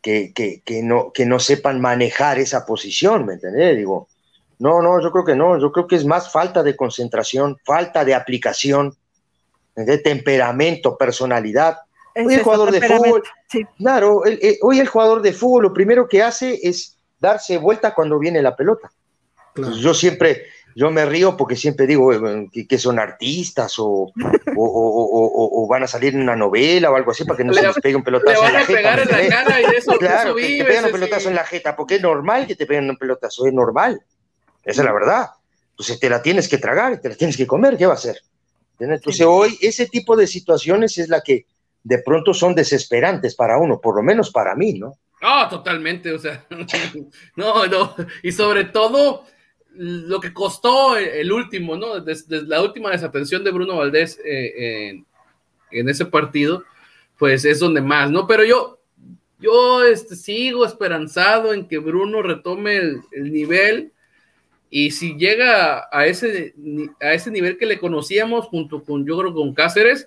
no sepan manejar esa posición, ¿me entendés? Digo, no, yo creo que no. Yo creo que es más falta de concentración, falta de aplicación, de temperamento, personalidad. Hoy el jugador de fútbol, sí. Claro, hoy el jugador de fútbol lo primero que hace es darse vuelta cuando viene la pelota. Claro. Yo me río porque siempre digo que son artistas o van a salir en una novela o algo así para que no se les pegue un pelotazo en la jeta. Le van a pegar en la cara y de eso, claro, que te pegan un pelotazo en la jeta, porque es normal que te peguen un pelotazo, es normal. Esa es la verdad. Entonces te la tienes que tragar, te la tienes que comer, ¿qué va a hacer? Entonces hoy ese tipo de situaciones es la que de pronto son desesperantes para uno, por lo menos para mí, ¿no? No, totalmente, o sea, no, y sobre todo lo que costó el último, ¿no? Desde la última desatención de Bruno Valdés en ese partido, pues es donde más, ¿no? Pero yo sigo esperanzado en que Bruno retome el nivel, y si llega a ese nivel que le conocíamos junto con, yo creo, con Cáceres,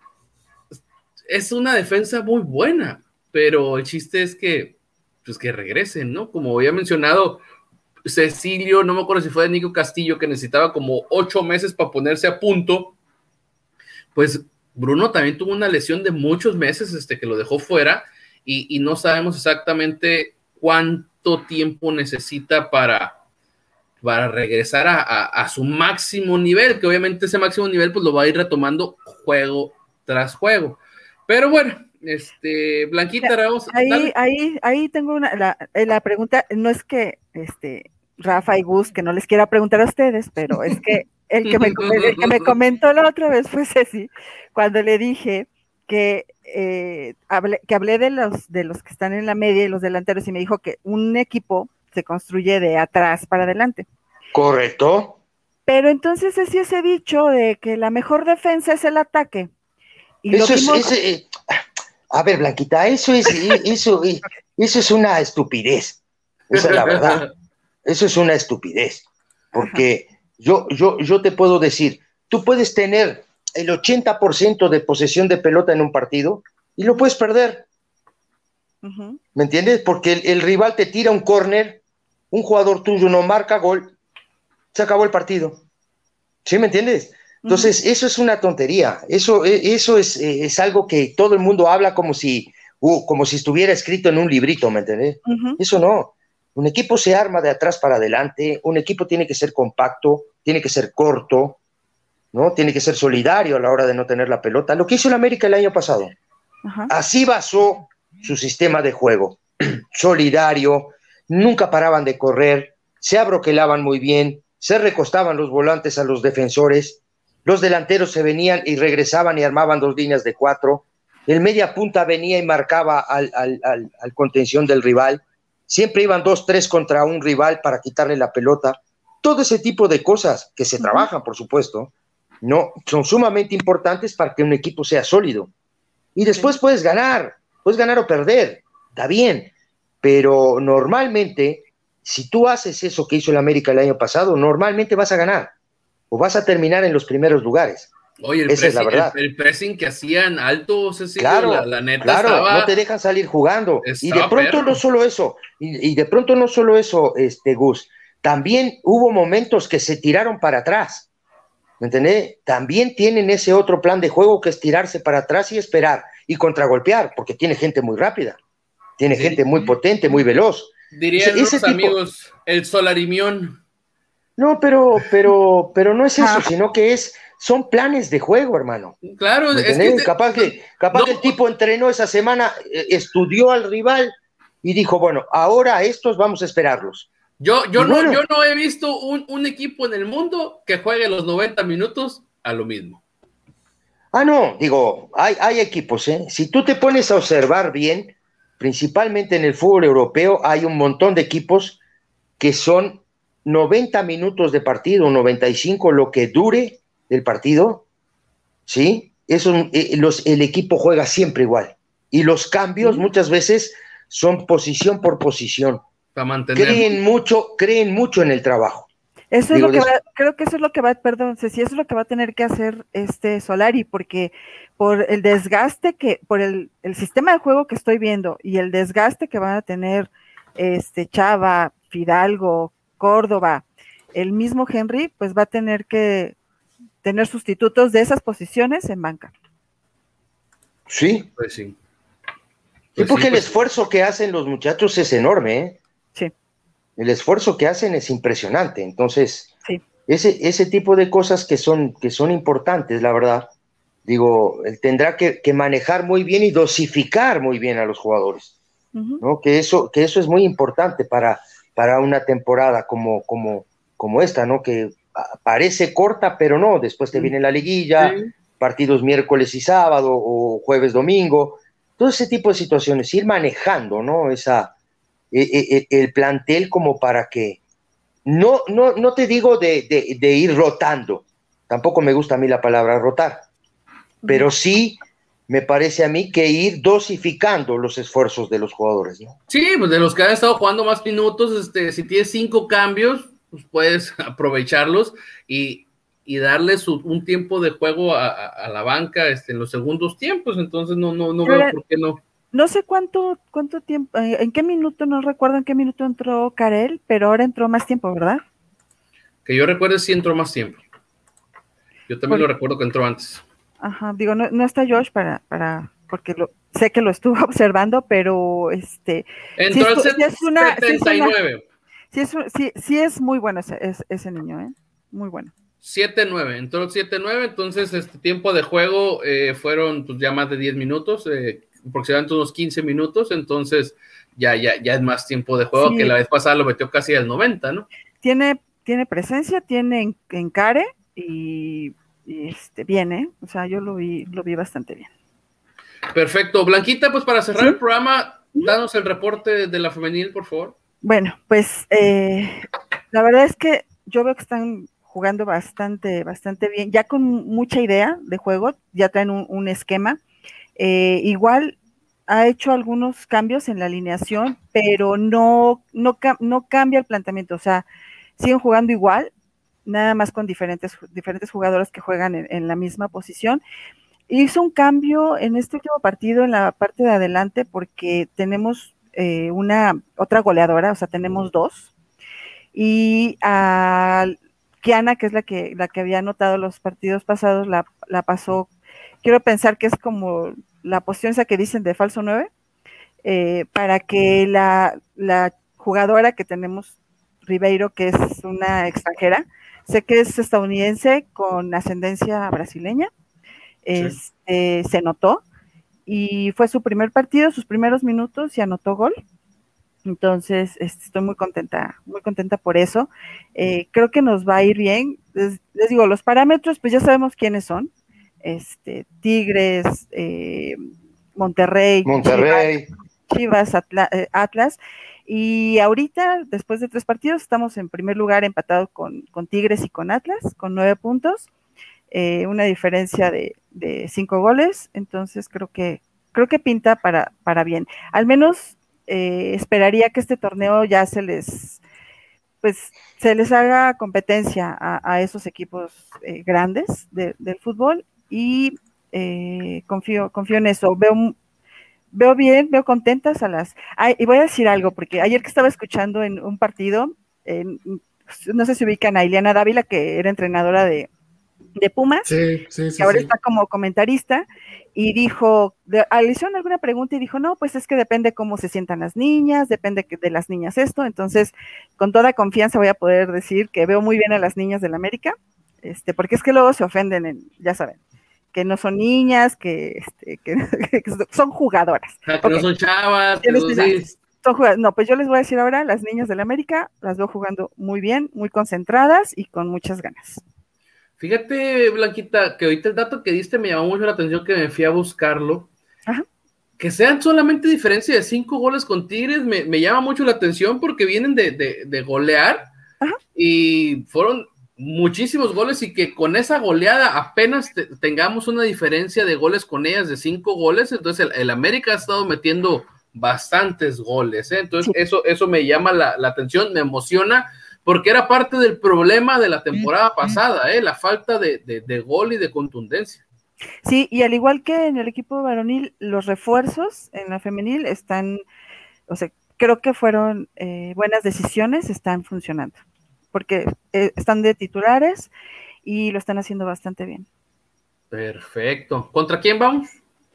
es una defensa muy buena, pero el chiste es que regresen, ¿no? Como había mencionado Cecilio, no me acuerdo si fue de Nico Castillo, que necesitaba como 8 meses para ponerse a punto, pues Bruno también tuvo una lesión de muchos meses que lo dejó fuera, y no sabemos exactamente cuánto tiempo necesita para regresar a su máximo nivel, que obviamente ese máximo nivel pues lo va a ir retomando juego tras juego. Pero bueno, Blanquita, vamos. Ahí tengo la pregunta, no es que Rafa y Gus, que no les quiera preguntar a ustedes, pero es que el que me comentó la otra vez fue Ceci, cuando le dije que hablé de los que están en la media y los delanteros, y me dijo que un equipo se construye de atrás para adelante. Correcto. Pero entonces es ese dicho de que la mejor defensa es el ataque. Y a ver, Blanquita, eso es una estupidez. Esa es la verdad. Eso es una estupidez. Porque yo te puedo decir, tú puedes tener el 80% de posesión de pelota en un partido y lo puedes perder. ¿Me entiendes? Porque el rival te tira un córner, un jugador tuyo no marca gol, se acabó el partido. ¿Sí me entiendes? Entonces, eso es una tontería. Eso es algo que todo el mundo habla como si estuviera escrito en un librito, ¿me entiendes? Eso no. Un equipo se arma de atrás para adelante, un equipo tiene que ser compacto, tiene que ser corto, ¿no? Tiene que ser solidario a la hora de no tener la pelota. Lo que hizo el América el año pasado. Ajá. Así basó su sistema de juego. Solidario, nunca paraban de correr, se abroquelaban muy bien, se recostaban los volantes a los defensores, los delanteros se venían y regresaban y armaban 2 líneas de 4, el media punta venía y marcaba al contención del rival, siempre iban 2, 3 contra un rival para quitarle la pelota. Todo ese tipo de cosas que se trabajan, por supuesto, no son sumamente importantes para que un equipo sea sólido. Y después puedes ganar o perder, está bien, pero normalmente, si tú haces eso que hizo el América el año pasado, normalmente vas a ganar o vas a terminar en los primeros lugares. Oye, Esa es la verdad. El pressing que hacían alto, Cecilio, claro, la neta claro, estaba, no te dejan salir jugando. Y de pronto perro. no solo eso, y de pronto no solo eso, Gus, también hubo momentos que se tiraron para atrás. ¿Me entendés? También tienen ese otro plan de juego que es tirarse para atrás y esperar y contragolpear, porque tiene gente muy rápida, tiene gente muy potente, muy veloz. Dirían los amigos, el solarimión. No, pero no es eso, sino que son planes de juego, hermano. Claro, es que capaz que el tipo entrenó esa semana, estudió al rival y dijo, bueno, ahora a estos vamos a esperarlos. Yo no he visto un equipo en el mundo que juegue los 90 minutos a lo mismo. No, digo, hay equipos, ¿eh? Si tú te pones a observar bien, principalmente en el fútbol europeo, hay un montón de equipos que son 90 minutos de partido, 95, lo que dure el partido, ¿sí? El equipo juega siempre igual. Y los cambios muchas veces son posición por posición. Para mantener. Creen mucho en el trabajo. Eso es creo que eso es lo que va, perdón, Ceci, eso es lo que va a tener que hacer Solari, porque por el desgaste por el sistema de juego que estoy viendo y el desgaste que van a tener Chava, Fidalgo, Córdoba, el mismo Henry, pues va a tener que tener sustitutos de esas posiciones en banca. Sí. Pues sí. Pues porque el esfuerzo que hacen los muchachos es enorme, ¿eh? Sí. El esfuerzo que hacen es impresionante. Entonces, sí. ese tipo de cosas que son importantes, la verdad, digo, él tendrá que manejar muy bien y dosificar muy bien a los jugadores, ¿no? Que eso es muy importante para una temporada como esta, ¿no? Que parece corta, pero no, después te viene la liguilla, partidos miércoles y sábado, o jueves, domingo, todo ese tipo de situaciones, ir manejando, ¿no? El plantel como para que no te digo de ir rotando, tampoco me gusta a mí la palabra rotar, pero sí me parece a mí que ir dosificando los esfuerzos de los jugadores, ¿no? Sí, pues de los que han estado jugando más minutos, si tienes 5 cambios, pues puedes aprovecharlos y darles un tiempo de juego a la banca en los segundos tiempos, entonces no veo por qué no. No sé cuánto tiempo, en qué minuto, no recuerdo en qué minuto entró Karel, pero ahora entró más tiempo, ¿verdad? Que yo recuerde sí entró más tiempo. Yo también lo recuerdo que entró antes. Ajá, digo, no está Josh porque sé que lo estuvo observando, pero entró al 79. Sí es muy bueno ese niño, ¿eh? Muy bueno. 7-9, entró el 7-9, entonces tiempo de juego fueron pues ya más de 10 minutos, aproximadamente unos 15 minutos, entonces ya es más tiempo de juego, que la vez pasada lo metió casi al 90, ¿no? Tiene presencia, tiene encare y bien, o sea, yo lo vi bastante bien. Perfecto. Blanquita, pues para cerrar el programa, danos el reporte de la femenil, por favor. Bueno, pues la verdad es que yo veo que están jugando bastante bien, ya con mucha idea de juego, ya traen un esquema. Igual ha hecho algunos cambios en la alineación, pero no cambia el planteamiento, o sea, siguen jugando igual, nada más con diferentes jugadoras que juegan en la misma posición. Hizo un cambio en este último partido en la parte de adelante porque tenemos otra goleadora, o sea, tenemos 2, y a Kiana, que es la que había anotado los partidos pasados, la pasó, quiero pensar que es como la posición esa que dicen de falso 9, para que la jugadora que tenemos, Ribeiro, que es una extranjera. Sé que es estadounidense con ascendencia brasileña. Se notó. Y fue su primer partido, sus primeros minutos, y anotó gol. Entonces, estoy muy contenta por eso. Creo que nos va a ir bien. Les digo, los parámetros, pues ya sabemos quiénes son. Tigres, Monterrey. Chivas, Atlas. Y ahorita, después de 3 partidos, estamos en primer lugar empatados con Tigres y con Atlas, con 9 puntos. Una diferencia de 5 goles. Entonces, creo que pinta para bien. Al menos esperaría que este torneo ya se les haga competencia a esos equipos grandes del fútbol, y confío en eso. Veo bien, veo contentas a las... y voy a decir algo, porque ayer que estaba escuchando en un partido, no sé si ubican a Ileana Dávila, que era entrenadora de Pumas, que ahora está como comentarista, y dijo, le hicieron alguna pregunta y dijo, no, pues es que depende cómo se sientan las niñas, depende de las niñas esto. Entonces, con toda confianza voy a poder decir que veo muy bien a las niñas del América, porque es que luego se ofenden, ya saben, que no son niñas, que son jugadoras. Que no son chavas, que no, pues yo les voy a decir ahora, las niñas del América las veo jugando muy bien, muy concentradas y con muchas ganas. Fíjate, Blanquita, que ahorita el dato que diste me llamó mucho la atención, que me fui a buscarlo. Ajá. Que sean solamente diferencia de 5 goles con Tigres, me llama mucho la atención, porque vienen de golear. Ajá. Y fueron muchísimos goles, y que con esa goleada apenas tengamos una diferencia de goles con ellas de 5 goles. Entonces el América ha estado metiendo bastantes goles, ¿eh? Entonces sí, eso me llama la atención, me emociona, porque era parte del problema de la temporada pasada, la falta de gol y de contundencia. Sí, y al igual que en el equipo varonil, los refuerzos en la femenil están, o sea, creo que fueron buenas decisiones, están funcionando, porque están de titulares y lo están haciendo bastante bien. Perfecto. ¿Contra quién vamos?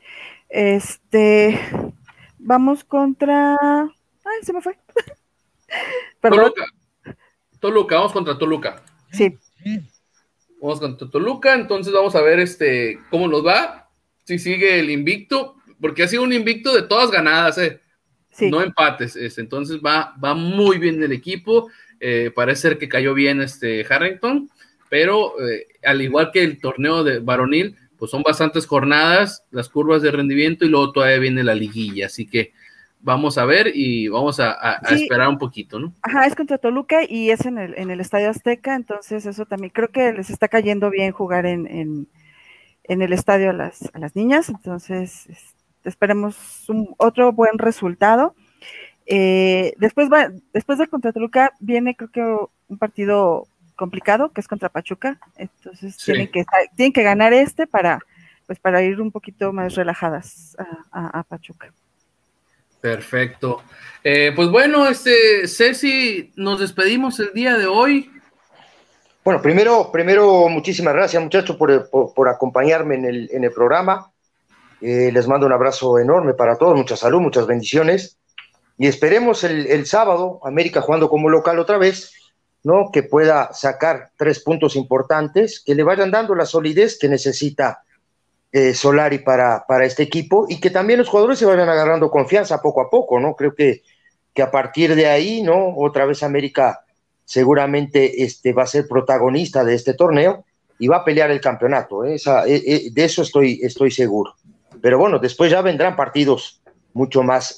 Vamos contra... Ay, se me fue. Perdón. Toluca, vamos contra Toluca. Sí. Vamos contra Toluca, entonces vamos a ver cómo nos va, si sigue el invicto, porque ha sido un invicto de todas ganadas, sí, no empates, entonces va muy bien el equipo. Parece ser que cayó bien Harrington, pero al igual que el torneo de varonil, pues son bastantes jornadas, las curvas de rendimiento, y luego todavía viene la liguilla, así que vamos a ver y vamos a esperar un poquito, ¿no? Ajá, es contra Toluca y es en el Estadio Azteca, entonces eso también creo que les está cayendo bien jugar en el estadio a las niñas, entonces esperemos otro buen resultado. Después de contra Toluca viene, creo que un partido complicado, que es contra Pachuca, entonces sí, tienen que ganar para ir un poquito más relajadas a Pachuca. Perfecto. Pues bueno, Ceci, nos despedimos el día de hoy. Bueno, primero muchísimas gracias, muchachos, por acompañarme en el programa. Les mando un abrazo enorme para todos, mucha salud, muchas bendiciones, y esperemos el sábado, América jugando como local otra vez, ¿no? Que pueda sacar 3 puntos importantes, que le vayan dando la solidez que necesita Solari para este equipo, y que también los jugadores se vayan agarrando confianza poco a poco, ¿no? Creo que a partir de ahí, ¿no? Otra vez América seguramente va a ser protagonista de este torneo y va a pelear el campeonato, de eso estoy seguro. Pero bueno, después ya vendrán partidos mucho más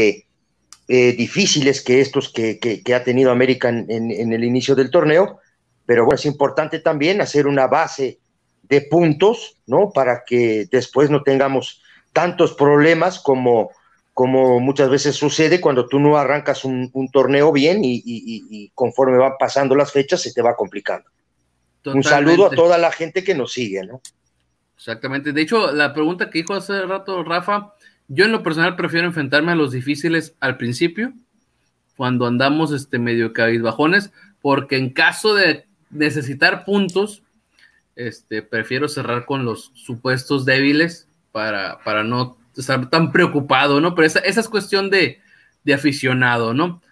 difíciles que estos que ha tenido América en el inicio del torneo, pero bueno, es importante también hacer una base de puntos, ¿no? Para que después no tengamos tantos problemas como muchas veces sucede cuando tú no arrancas un torneo bien y conforme van pasando las fechas se te va complicando. Totalmente. Un saludo a toda la gente que nos sigue, ¿no? Exactamente. De hecho, la pregunta que dijo hace rato Rafa, yo en lo personal prefiero enfrentarme a los difíciles al principio, cuando andamos medio cabizbajones, porque en caso de necesitar puntos, prefiero cerrar con los supuestos débiles para no estar tan preocupado, ¿no? Pero esa es cuestión de aficionado, ¿no?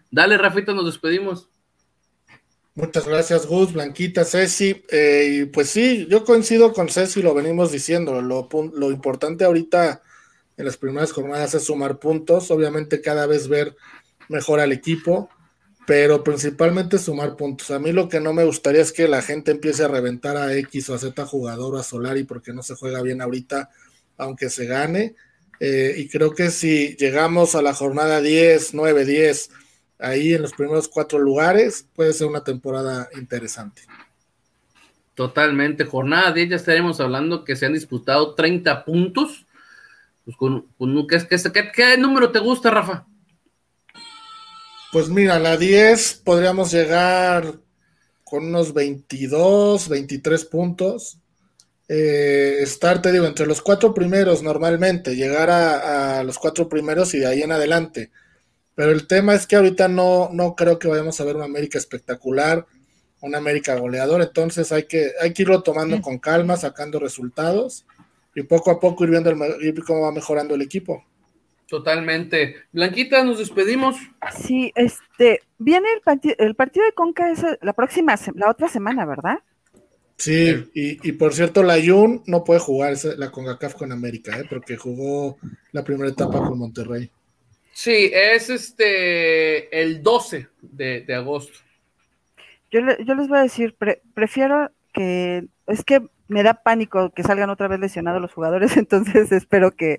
Dale, Rafita, nos despedimos. Muchas gracias, Gus, Blanquita, Ceci. Y pues sí, yo coincido con Ceci, lo venimos diciendo. Lo importante ahorita en las primeras jornadas es sumar puntos. Obviamente cada vez ver mejor al equipo, pero principalmente sumar puntos. A mí lo que no me gustaría es que la gente empiece a reventar a X o a Z jugador o a Solari porque no se juega bien ahorita, aunque se gane. Y creo que si llegamos a la jornada 10, 9, 10, ahí en los primeros 4 lugares, puede ser una temporada interesante. Totalmente, jornada 10, ya estaremos hablando que se han disputado 30 puntos. Pues ¿qué número te gusta, Rafa? Pues mira, la 10 podríamos llegar con unos 22, 23 puntos. Estar, te digo, entre los 4 primeros normalmente, llegar a los 4 primeros y de ahí en adelante. Pero el tema es que ahorita no creo que vayamos a ver una América espectacular, una América goleador, entonces hay que irlo tomando con calma, sacando resultados y poco a poco ir viendo cómo va mejorando el equipo. Totalmente. Blanquita, nos despedimos. Sí, viene el partido de Conca la otra semana, ¿verdad? Sí, y por cierto, la Jun no puede jugar la CONCACAF con América, porque jugó la primera etapa con Monterrey. Sí, es el 12 de agosto. Yo les voy a decir, prefiero es que me da pánico que salgan otra vez lesionados los jugadores, entonces espero que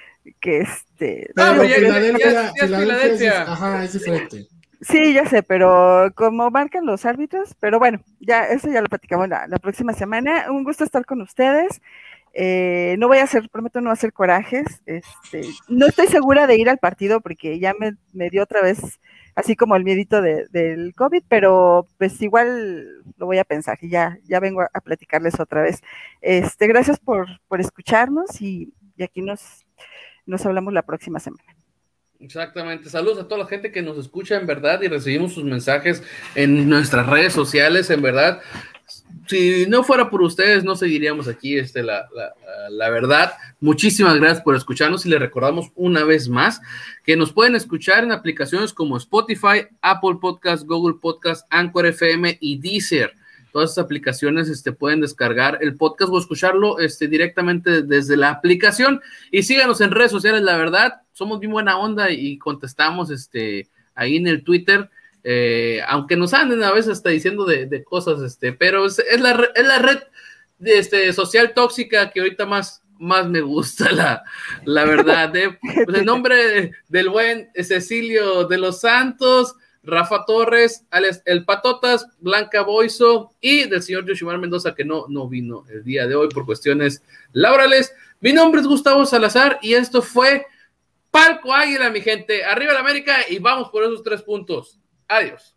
Filadelfia. Ajá, es diferente. Sí, ya sé, pero como marcan los árbitros, pero bueno, eso ya lo platicamos la próxima semana. Un gusto estar con ustedes. No voy a prometo no hacer corajes. No estoy segura de ir al partido porque ya me dio otra vez así como el miedito del COVID, pero pues igual lo voy a pensar y ya vengo a platicarles otra vez. Gracias por escucharnos y aquí nos hablamos la próxima semana. Exactamente, saludos a toda la gente que nos escucha en verdad y recibimos sus mensajes en nuestras redes sociales, en verdad. Si no fuera por ustedes, no seguiríamos aquí, la verdad. Muchísimas gracias por escucharnos y les recordamos una vez más que nos pueden escuchar en aplicaciones como Spotify, Apple Podcast, Google Podcast, Anchor FM y Deezer. Todas esas aplicaciones pueden descargar el podcast o escucharlo directamente desde la aplicación. Y síganos en redes sociales, la verdad, somos bien buena onda y contestamos ahí en el Twitter, aunque nos anden a veces hasta diciendo de cosas, pero es la red social tóxica que ahorita más me gusta, la verdad. Pues en nombre del buen Cecilio de los Santos, Rafa Torres, Alex El Patotas, Blanca Boiso y del señor Yoshimar Mendoza, que no vino el día de hoy por cuestiones laborales. Mi nombre es Gustavo Salazar y esto fue Palco Águila, mi gente. Arriba la América y vamos por esos 3 puntos. Adiós.